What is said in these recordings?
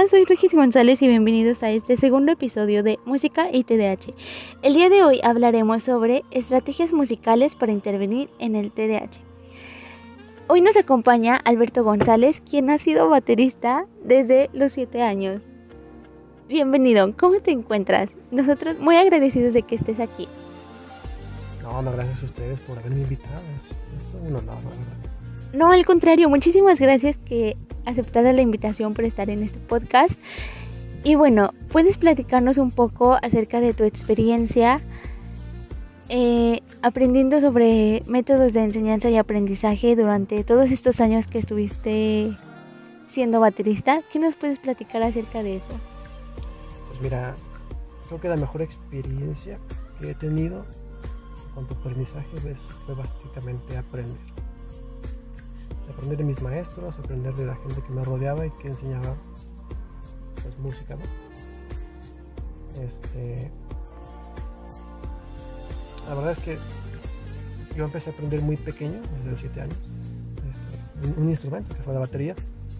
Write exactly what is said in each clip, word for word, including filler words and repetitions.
soy Regis González y bienvenidos a este segundo episodio de Música y T D A H. El día de hoy hablaremos sobre estrategias musicales para intervenir en el T D A H. Hoy nos acompaña Alberto González, quien ha sido baterista desde los siete años. Bienvenido, ¿cómo te encuentras? Nosotros muy agradecidos de que estés aquí. No, no, gracias a ustedes por haberme invitado. Esto es un honor, la verdad. No, al contrario, muchísimas gracias que aceptaras la invitación por estar en este podcast. Y bueno, ¿puedes platicarnos un poco acerca de tu experiencia eh, aprendiendo sobre métodos de enseñanza y aprendizaje durante todos estos años que estuviste siendo baterista? ¿Qué nos puedes platicar acerca de eso? Pues mira, creo que la mejor experiencia que he tenido en cuanto a aprendizaje pues, fue básicamente aprender. Aprender de mis maestros, aprender de la gente que me rodeaba y que enseñaba pues música, ¿no? Este, la verdad es que yo empecé a aprender muy pequeño, desde los siete años, este, un, un instrumento que fue la batería.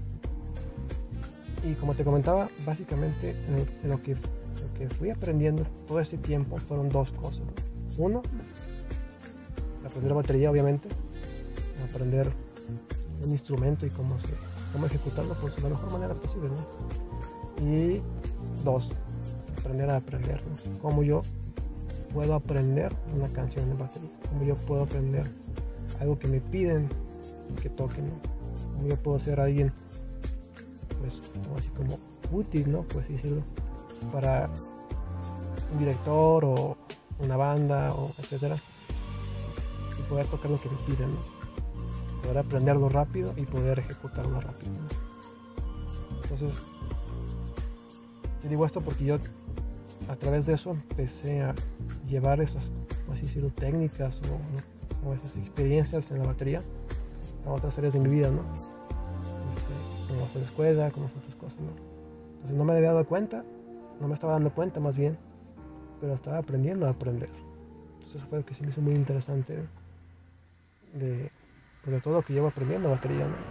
Y como te comentaba, básicamente en lo, en lo, que, lo que fui aprendiendo todo ese tiempo fueron dos cosas, ¿no? Uno, aprender batería, obviamente, aprender un instrumento y cómo, se, cómo ejecutarlo pues, de la mejor manera posible, ¿no? Y dos, aprender a aprender, ¿no? Cómo yo puedo aprender una canción de batería, cómo yo puedo aprender algo que me piden que toque, ¿no? Cómo yo puedo ser alguien pues así como útil, ¿no? Pues decirlo, para un director o una banda o etcétera, y poder tocar lo que me piden, ¿no? Poder aprenderlo rápido y poder ejecutarlo rápido, ¿no? Entonces, te digo esto porque yo a través de eso empecé a llevar esas, así decirlo, técnicas o, o esas experiencias en la batería a otras áreas de mi vida, ¿no? Este, como fue la escuela, como fue otras cosas, ¿no? Entonces no me había dado cuenta, no me estaba dando cuenta más bien, pero estaba aprendiendo a aprender. Entonces eso fue lo que se me hizo muy interesante de Pues de todo lo que llevo aprendiendo batería, ¿no?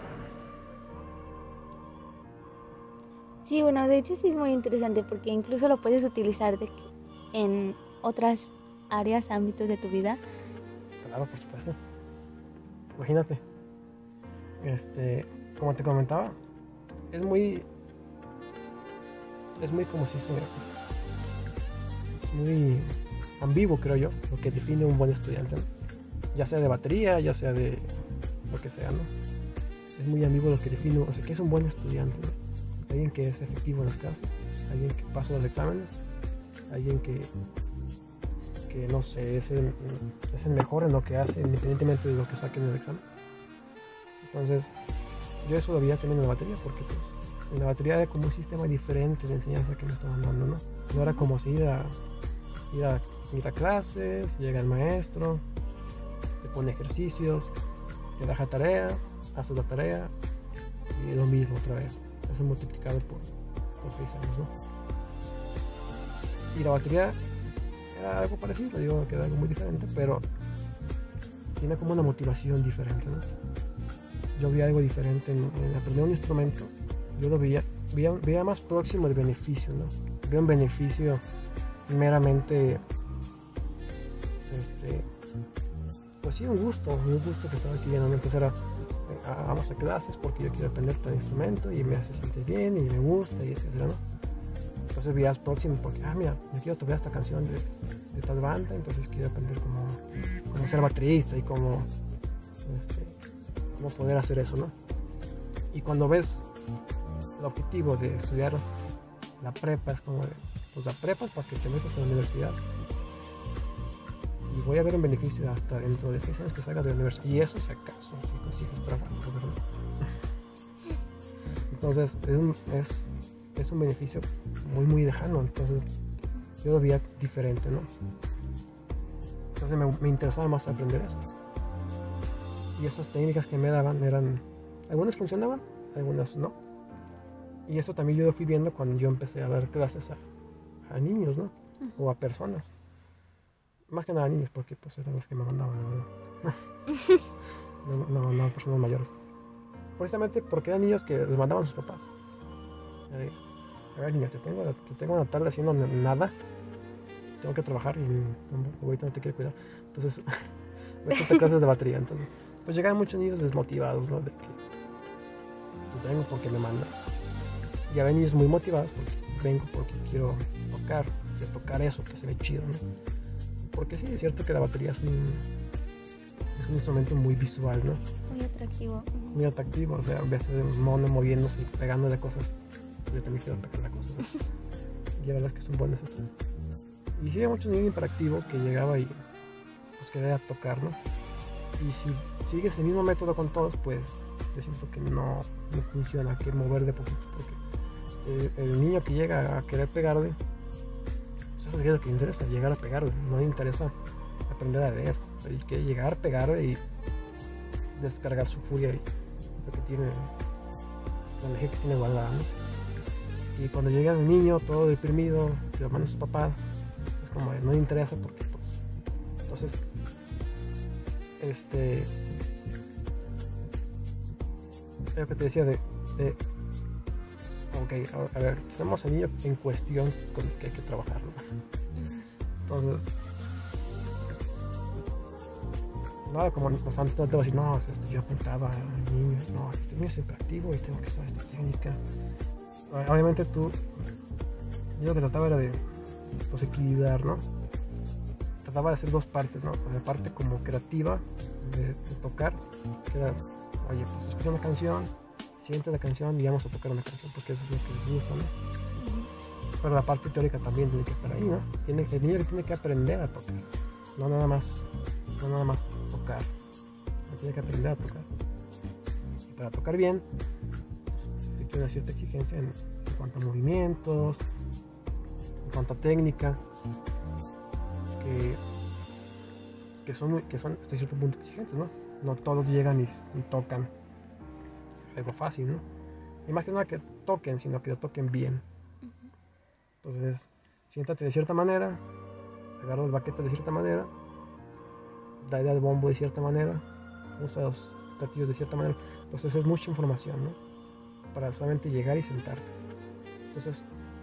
Sí, bueno, de hecho sí es muy interesante porque incluso lo puedes utilizar de que en otras áreas, ámbitos de tu vida. Claro, por supuesto. Imagínate, este, como te comentaba, es muy, es muy como si se, muy ambiguo, creo yo, lo que define un buen estudiante, ¿no? Ya sea de batería, ya sea de lo que sea, ¿no? Es muy ambiguo lo que define, o sea, que es un buen estudiante, ¿no? Alguien que es efectivo en las clases, alguien que pasa los exámenes, alguien que, que no sé, es el, es el mejor en lo que hace, independientemente de lo que saque en el examen. Entonces, yo eso lo veía también en la batería, porque pues, en la batería era como un sistema diferente de enseñanza que me estaban dando, ¿no? No era como si ir a, ir a, ir a clases, llega el maestro, te pone ejercicios, te deja tarea, haces la tarea y lo mismo otra vez. Eso multiplicado por, por seis años, ¿no? Y la batería era algo parecido, digo que era algo muy diferente, pero tiene como una motivación diferente, ¿no? Yo vi algo diferente en, en aprender un instrumento. Yo lo veía, veía, veía más próximo el beneficio, ¿no? Veía un beneficio meramente este pues sí, un gusto, un gusto que estaba aquí viendo. Entonces era, eh, vamos a clases porque yo quiero aprender tal instrumento y me hace sentir bien y me gusta y etcétera, ¿no? Entonces vías próximos porque, ah, mira, me quiero tocar esta canción de, de tal banda, entonces quiero aprender cómo, cómo ser baterista y cómo, este, cómo poder hacer eso, ¿no? Y cuando ves el objetivo de estudiar la prepa, es como de, pues la prepa es para que te metas a la universidad. Y voy a ver un beneficio hasta dentro de seis años que salga de la universidad. Y eso si acaso, si consigues trabajo, ¿verdad? Entonces es un, es, es un beneficio muy muy lejano. Entonces yo lo veía diferente, ¿no? Entonces me, me interesaba más aprender eso. Y esas técnicas que me daban eran, algunas funcionaban, algunas no. Y eso también yo lo fui viendo cuando yo empecé a dar clases a, a niños, ¿no? O a personas. Más que nada a niños, porque pues eran los que me mandaban, ¿no? no, no, no, personas mayores. Precisamente porque eran niños que les mandaban sus papás. a ver niño, te tengo, te tengo una tarde haciendo nada, tengo que trabajar y no, ahorita no te quiero cuidar. Entonces, me quita clases de batería. Entonces, pues llegan muchos niños desmotivados, ¿no? De que yo tengo porque me manda. Ya ven niños muy motivados porque vengo porque quiero tocar, quiero tocar eso, que se ve chido, ¿no? Porque sí, es cierto que la batería es un, es un instrumento muy visual, ¿no? Muy atractivo. Muy atractivo, o sea, ves a un mono moviéndose y pegando de cosas. Yo también quiero pegar la cosa, ¿no? Y la verdad es que es un buen desafío. Y sí, hay muchos niños hiperactivos que llegaba y pues quería tocar, ¿no? Y si sigues el mismo método con todos, pues yo siento que no, no funciona, que mover de poquito, porque el, el niño que llega a querer pegarle, pues eso es lo que le interesa, llegar a pegarle, no le interesa aprender a leer, él quiere llegar a pegarle y descargar su furia y lo que tiene, la energía que tiene guardada, ¿no? Y cuando llega el niño todo deprimido, le mandan a sus papás, es como no le interesa porque pues, entonces este lo que te decía de, de ok, a, a ver, tenemos al niño en cuestión con el que hay que trabajar, ¿no? Entonces nada como pues, antes no te voy a decir, no, este, yo apuntaba al niño, no, este niño es hiperactivo y tengo que saber esta técnica. Obviamente tú, yo lo que trataba era de pues, equilibrar, ¿no? Trataba de hacer dos partes, ¿no? La parte como creativa de, de tocar, que era, oye, pues escucha una canción, siente la canción y vamos a tocar una canción porque eso es lo que les gusta, ¿no? Pero la parte teórica también tiene que estar ahí, ¿no? Tiene, el niño tiene que aprender a tocar, no nada más, no nada más tocar, tiene que aprender a tocar. Y para tocar bien, pues, requiere una cierta exigencia en, en cuanto a movimientos, en cuanto a técnica, que, que son, que son hasta cierto punto exigentes, ¿no? No todos llegan y, y tocan algo fácil, ¿no? Y más que nada que toquen, sino que lo toquen bien. Entonces, siéntate de cierta manera, agarra el baquete de cierta manera, dale al bombo de cierta manera, usa los platillos de cierta manera. Entonces es mucha información, ¿no? Para solamente llegar y sentarte. Entonces,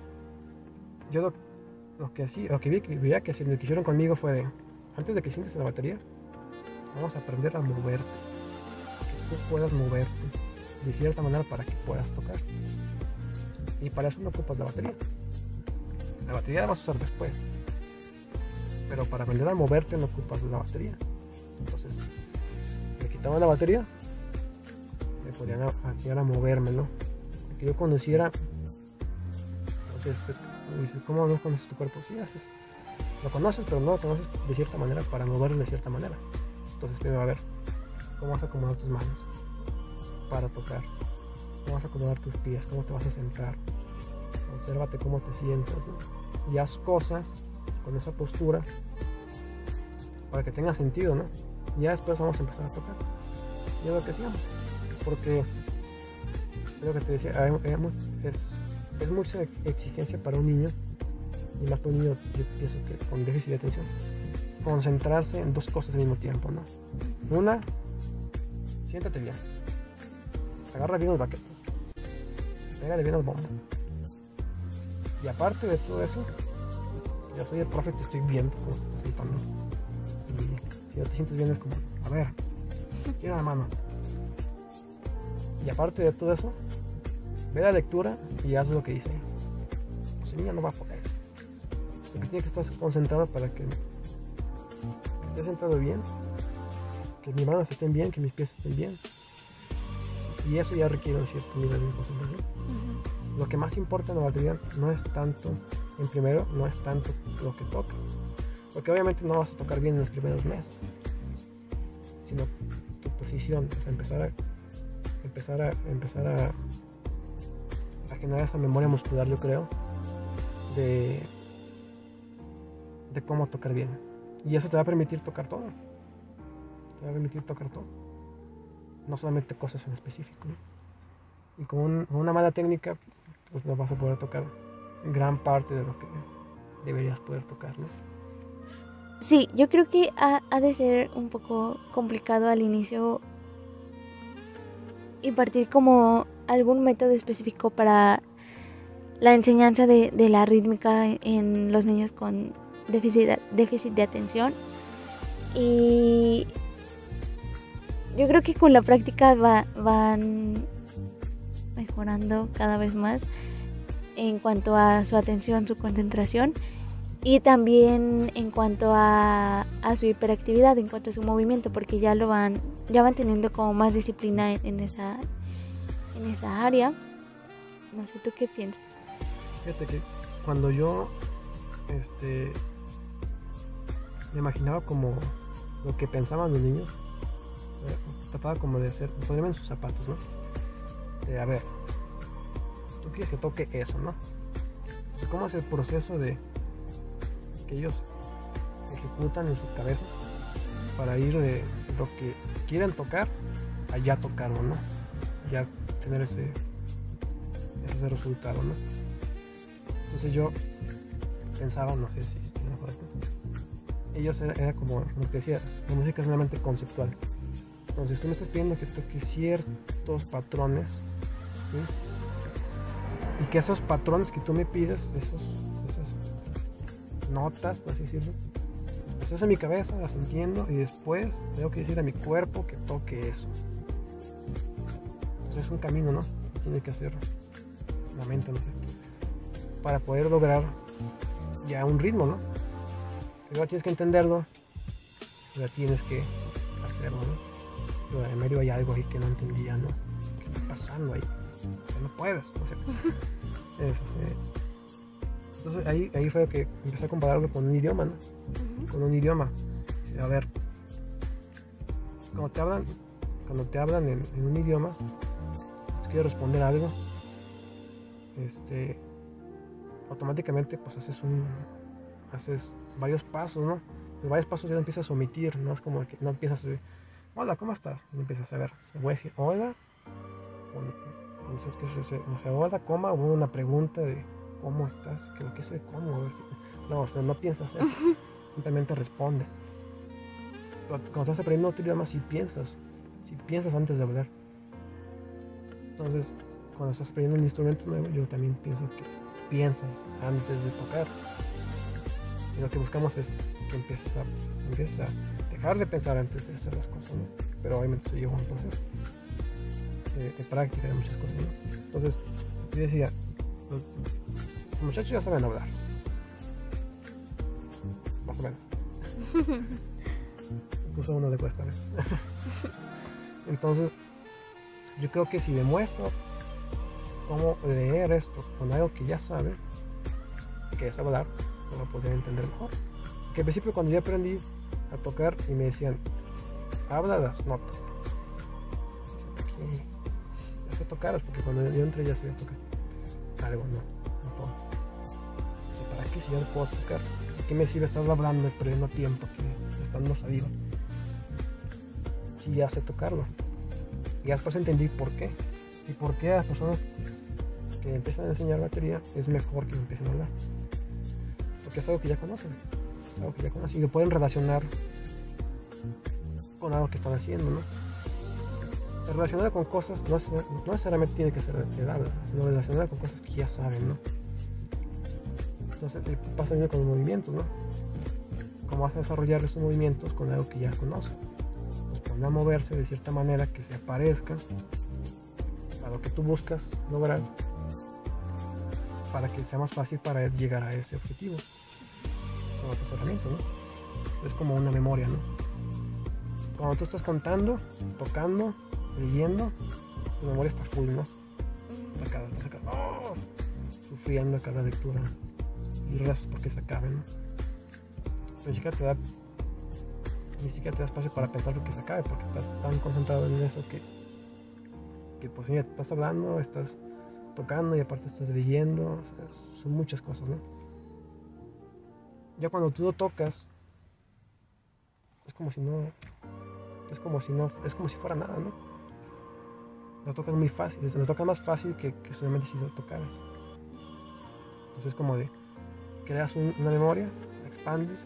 yo lo, lo que hacía, lo que vi, que veía que lo que hicieron conmigo fue de, antes de que sientes la batería, vamos a aprender a moverte, que tú puedas moverte de cierta manera para que puedas tocar. Y para eso no ocupas la batería. La batería la vas a usar después. Pero para aprender a moverte no ocupas la batería. Entonces, me quitaban la batería, me podían enseñar a moverme, ¿no? Porque yo conociera, entonces, dices, ¿cómo no conoces tu cuerpo? Sí, haces, lo conoces, pero no lo conoces de cierta manera para moverlo de cierta manera. Entonces, primero a ver, ¿cómo vas a acomodar tus manos para tocar? ¿Cómo vas a acomodar tus pies? ¿Cómo te vas a sentar? Obsérvate cómo te sientas, ¿no? Y haz cosas con esa postura para que tenga sentido, ¿no? Y ya después vamos a empezar a tocar. Y es lo que hacíamos, porque es lo que te decía, es, es mucha exigencia para un niño, y más para un niño, yo pienso que con déficit de atención, concentrarse en dos cosas al mismo tiempo, ¿no? Una, siéntate bien, agarra bien los baquetes, pégale bien al bombo, y aparte de todo eso, yo soy el profe, te estoy viendo cómo te estás sentando. Y si no te sientes bien es como, a ver, quiero la mano. Y aparte de todo eso, ve la lectura y haz lo que dice. Pues el niño no va a poder. Porque tiene que estar concentrado para que, que esté sentado bien, que mis manos estén bien, que mis pies estén bien. Y eso ya requiere un cierto nivel de concentración. Uh-huh. Lo que más importa en la batería no es tanto, en primero, no es tanto lo que tocas. Porque obviamente no vas a tocar bien en los primeros meses, sino tu posición, o sea, empezar a empezar a empezar a, a generar esa memoria muscular, yo creo, de de cómo tocar bien. Y eso te va a permitir tocar todo. Te va a permitir tocar todo. No solamente cosas en específico, ¿no? Y con, un, con una mala técnica, pues no vas a poder tocar gran parte de lo que deberías poder tocar, ¿no? Sí, yo creo que ha, ha de ser un poco complicado al inicio impartir como algún método específico para la enseñanza de, de la rítmica en los niños con déficit, déficit de atención. Y yo creo que con la práctica va, van mejorando cada vez más en cuanto a su atención, su concentración, y también en cuanto a, a su hiperactividad, en cuanto a su movimiento, porque ya lo van, ya van teniendo como más disciplina en, en esa, en esa área. No sé, ¿tú qué piensas? Fíjate que cuando yo este, me imaginaba como lo que pensaban los niños, eh, trataba como de hacer, ponerme en sus zapatos, ¿no? De, a ver, tú quieres que toque eso, ¿no? Entonces, ¿cómo es el proceso de que ellos ejecutan en su cabeza para ir de lo que quieran tocar a ya tocarlo, ¿no? Ya tener ese, ese resultado, ¿no? Entonces yo pensaba, no sé si estoy mejor aquí, ellos era, era como lo que decía, la música es meramente conceptual. Entonces tú me estás pidiendo que toque ciertos patrones, ¿sí? Y que esos patrones que tú me pides, esos, esas notas, por así decirlo, pues eso en mi cabeza, las entiendo y después tengo que decir a mi cuerpo que toque eso. Entonces es un camino, ¿no? Tiene que hacer la mente, no sé, para poder lograr ya un ritmo, ¿no? Primero tienes que entenderlo, luego tienes que hacerlo, ¿no? Pero en medio hay algo ahí que no entendía, ¿no? ¿Qué está pasando ahí? Ya no puedes, o sea, este, entonces ahí, ahí fue que empecé a compararlo con un idioma, ¿no? Uh-huh. Con un idioma. A ver, cuando te hablan, cuando te hablan en, en un idioma, si quieres responder algo, este, automáticamente pues haces un, haces varios pasos, ¿no? Los varios pasos ya empiezas a omitir, no es como que no empiezas a decir, hola, ¿cómo estás? Y empiezas a ver, voy a decir hola, o, o sea, hola, coma, o una pregunta de ¿cómo estás? ¿Qué, qué sé cómo? No, o sea, no piensas eso, simplemente responde. Pero cuando estás aprendiendo otro idioma, sí piensas, sí piensas antes de hablar. Entonces, cuando estás aprendiendo un instrumento nuevo, yo también pienso que piensas antes de tocar. Y lo que buscamos es que empieces a, empieces a dejar de pensar antes de hacer las cosas, ¿no? Pero obviamente se lleva un proceso de, de práctica de muchas cosas, ¿no? Entonces, yo decía, los, los muchachos ya saben hablar, más o menos. Incluso a uno le cuesta, ¿no? Entonces, yo creo que si demuestro cómo leer esto con algo que ya sabe, que es hablar, lo voy a poder entender mejor. Que al principio cuando yo aprendí a tocar y me decían, habla las notas. Aquí ya sé tocarlas, porque cuando yo entré ya sabía tocar. Algo no, no puedo. ¿Para qué si ya no puedo tocar? ¿Qué me sirve estar hablando y perdiendo tiempo aquí, estando sabido? Si ya sé tocarlo. Y después entendí por qué. Y por qué a las personas que empiezan a enseñar batería es mejor que me empiecen a hablar. Porque es algo que ya conocen. Es algo que ya conocen y lo pueden relacionar con algo que están haciendo, ¿no? Relacionar con cosas no, no necesariamente tiene que ser de habla, sino relacionar con cosas que ya saben, ¿no? Entonces pasa bien con los movimientos, ¿no? Cómo vas a desarrollar esos movimientos con algo que ya conoces. Pues poner a moverse de cierta manera que se aparezca a lo que tú buscas lograr, para que sea más fácil para llegar a ese objetivo con otras herramientas, ¿no? Es como una memoria, ¿no? Cuando tú estás contando, tocando, leyendo, tu memoria está full, ¿no? Está cada, está cada, oh, sufriendo cada lectura y rezas porque se acabe, ¿no? Pero ni siquiera te da ni siquiera te da espacio para pensar lo que se acabe, porque estás tan concentrado en eso que que pues mira, estás hablando, estás tocando y aparte estás leyendo, o sea, son muchas cosas, ¿no? Ya cuando tú lo tocas es como si no es como si no es como si fuera nada, ¿no? Lo tocas muy fácil, lo tocas más fácil que, que solamente si lo tocaras. Entonces es como de creas un, una memoria, la expandes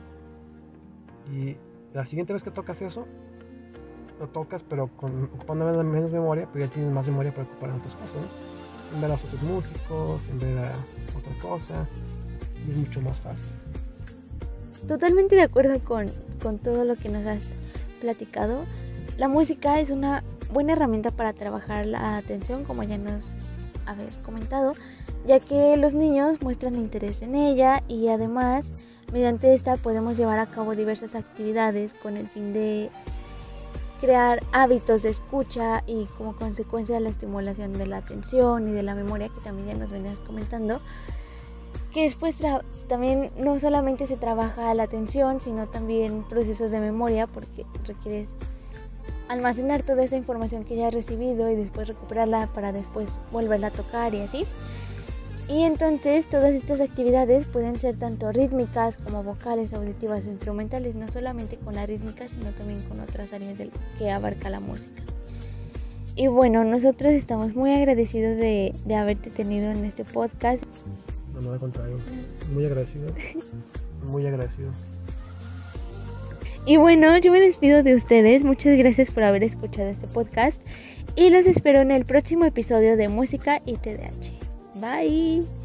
y la siguiente vez que tocas eso lo tocas pero con, ocupando menos memoria, pero ya tienes más memoria para ocupar en otras cosas, ¿no? en ver a otros músicos, en ver a otra cosa, y es mucho más fácil. Totalmente de acuerdo con, con todo lo que nos has platicado. La música es una buena herramienta para trabajar la atención, como ya nos habéis comentado, ya que los niños muestran interés en ella y además mediante esta podemos llevar a cabo diversas actividades con el fin de crear hábitos de escucha y como consecuencia de la estimulación de la atención y de la memoria, que también ya nos venías comentando, que después tra- también no solamente se trabaja la atención, sino también procesos de memoria, porque requieres almacenar toda esa información que ya has recibido y después recuperarla para después volverla a tocar y así. Y entonces todas estas actividades pueden ser tanto rítmicas como vocales, auditivas o instrumentales, no solamente con la rítmica, sino también con otras áreas del que abarca la música. Y bueno, nosotros estamos muy agradecidos de, de haberte tenido en este podcast. No, no, al contrario, muy agradecido, muy agradecido. Y bueno, yo me despido de ustedes, muchas gracias por haber escuchado este podcast y los espero en el próximo episodio de Música y T D A H. Bye.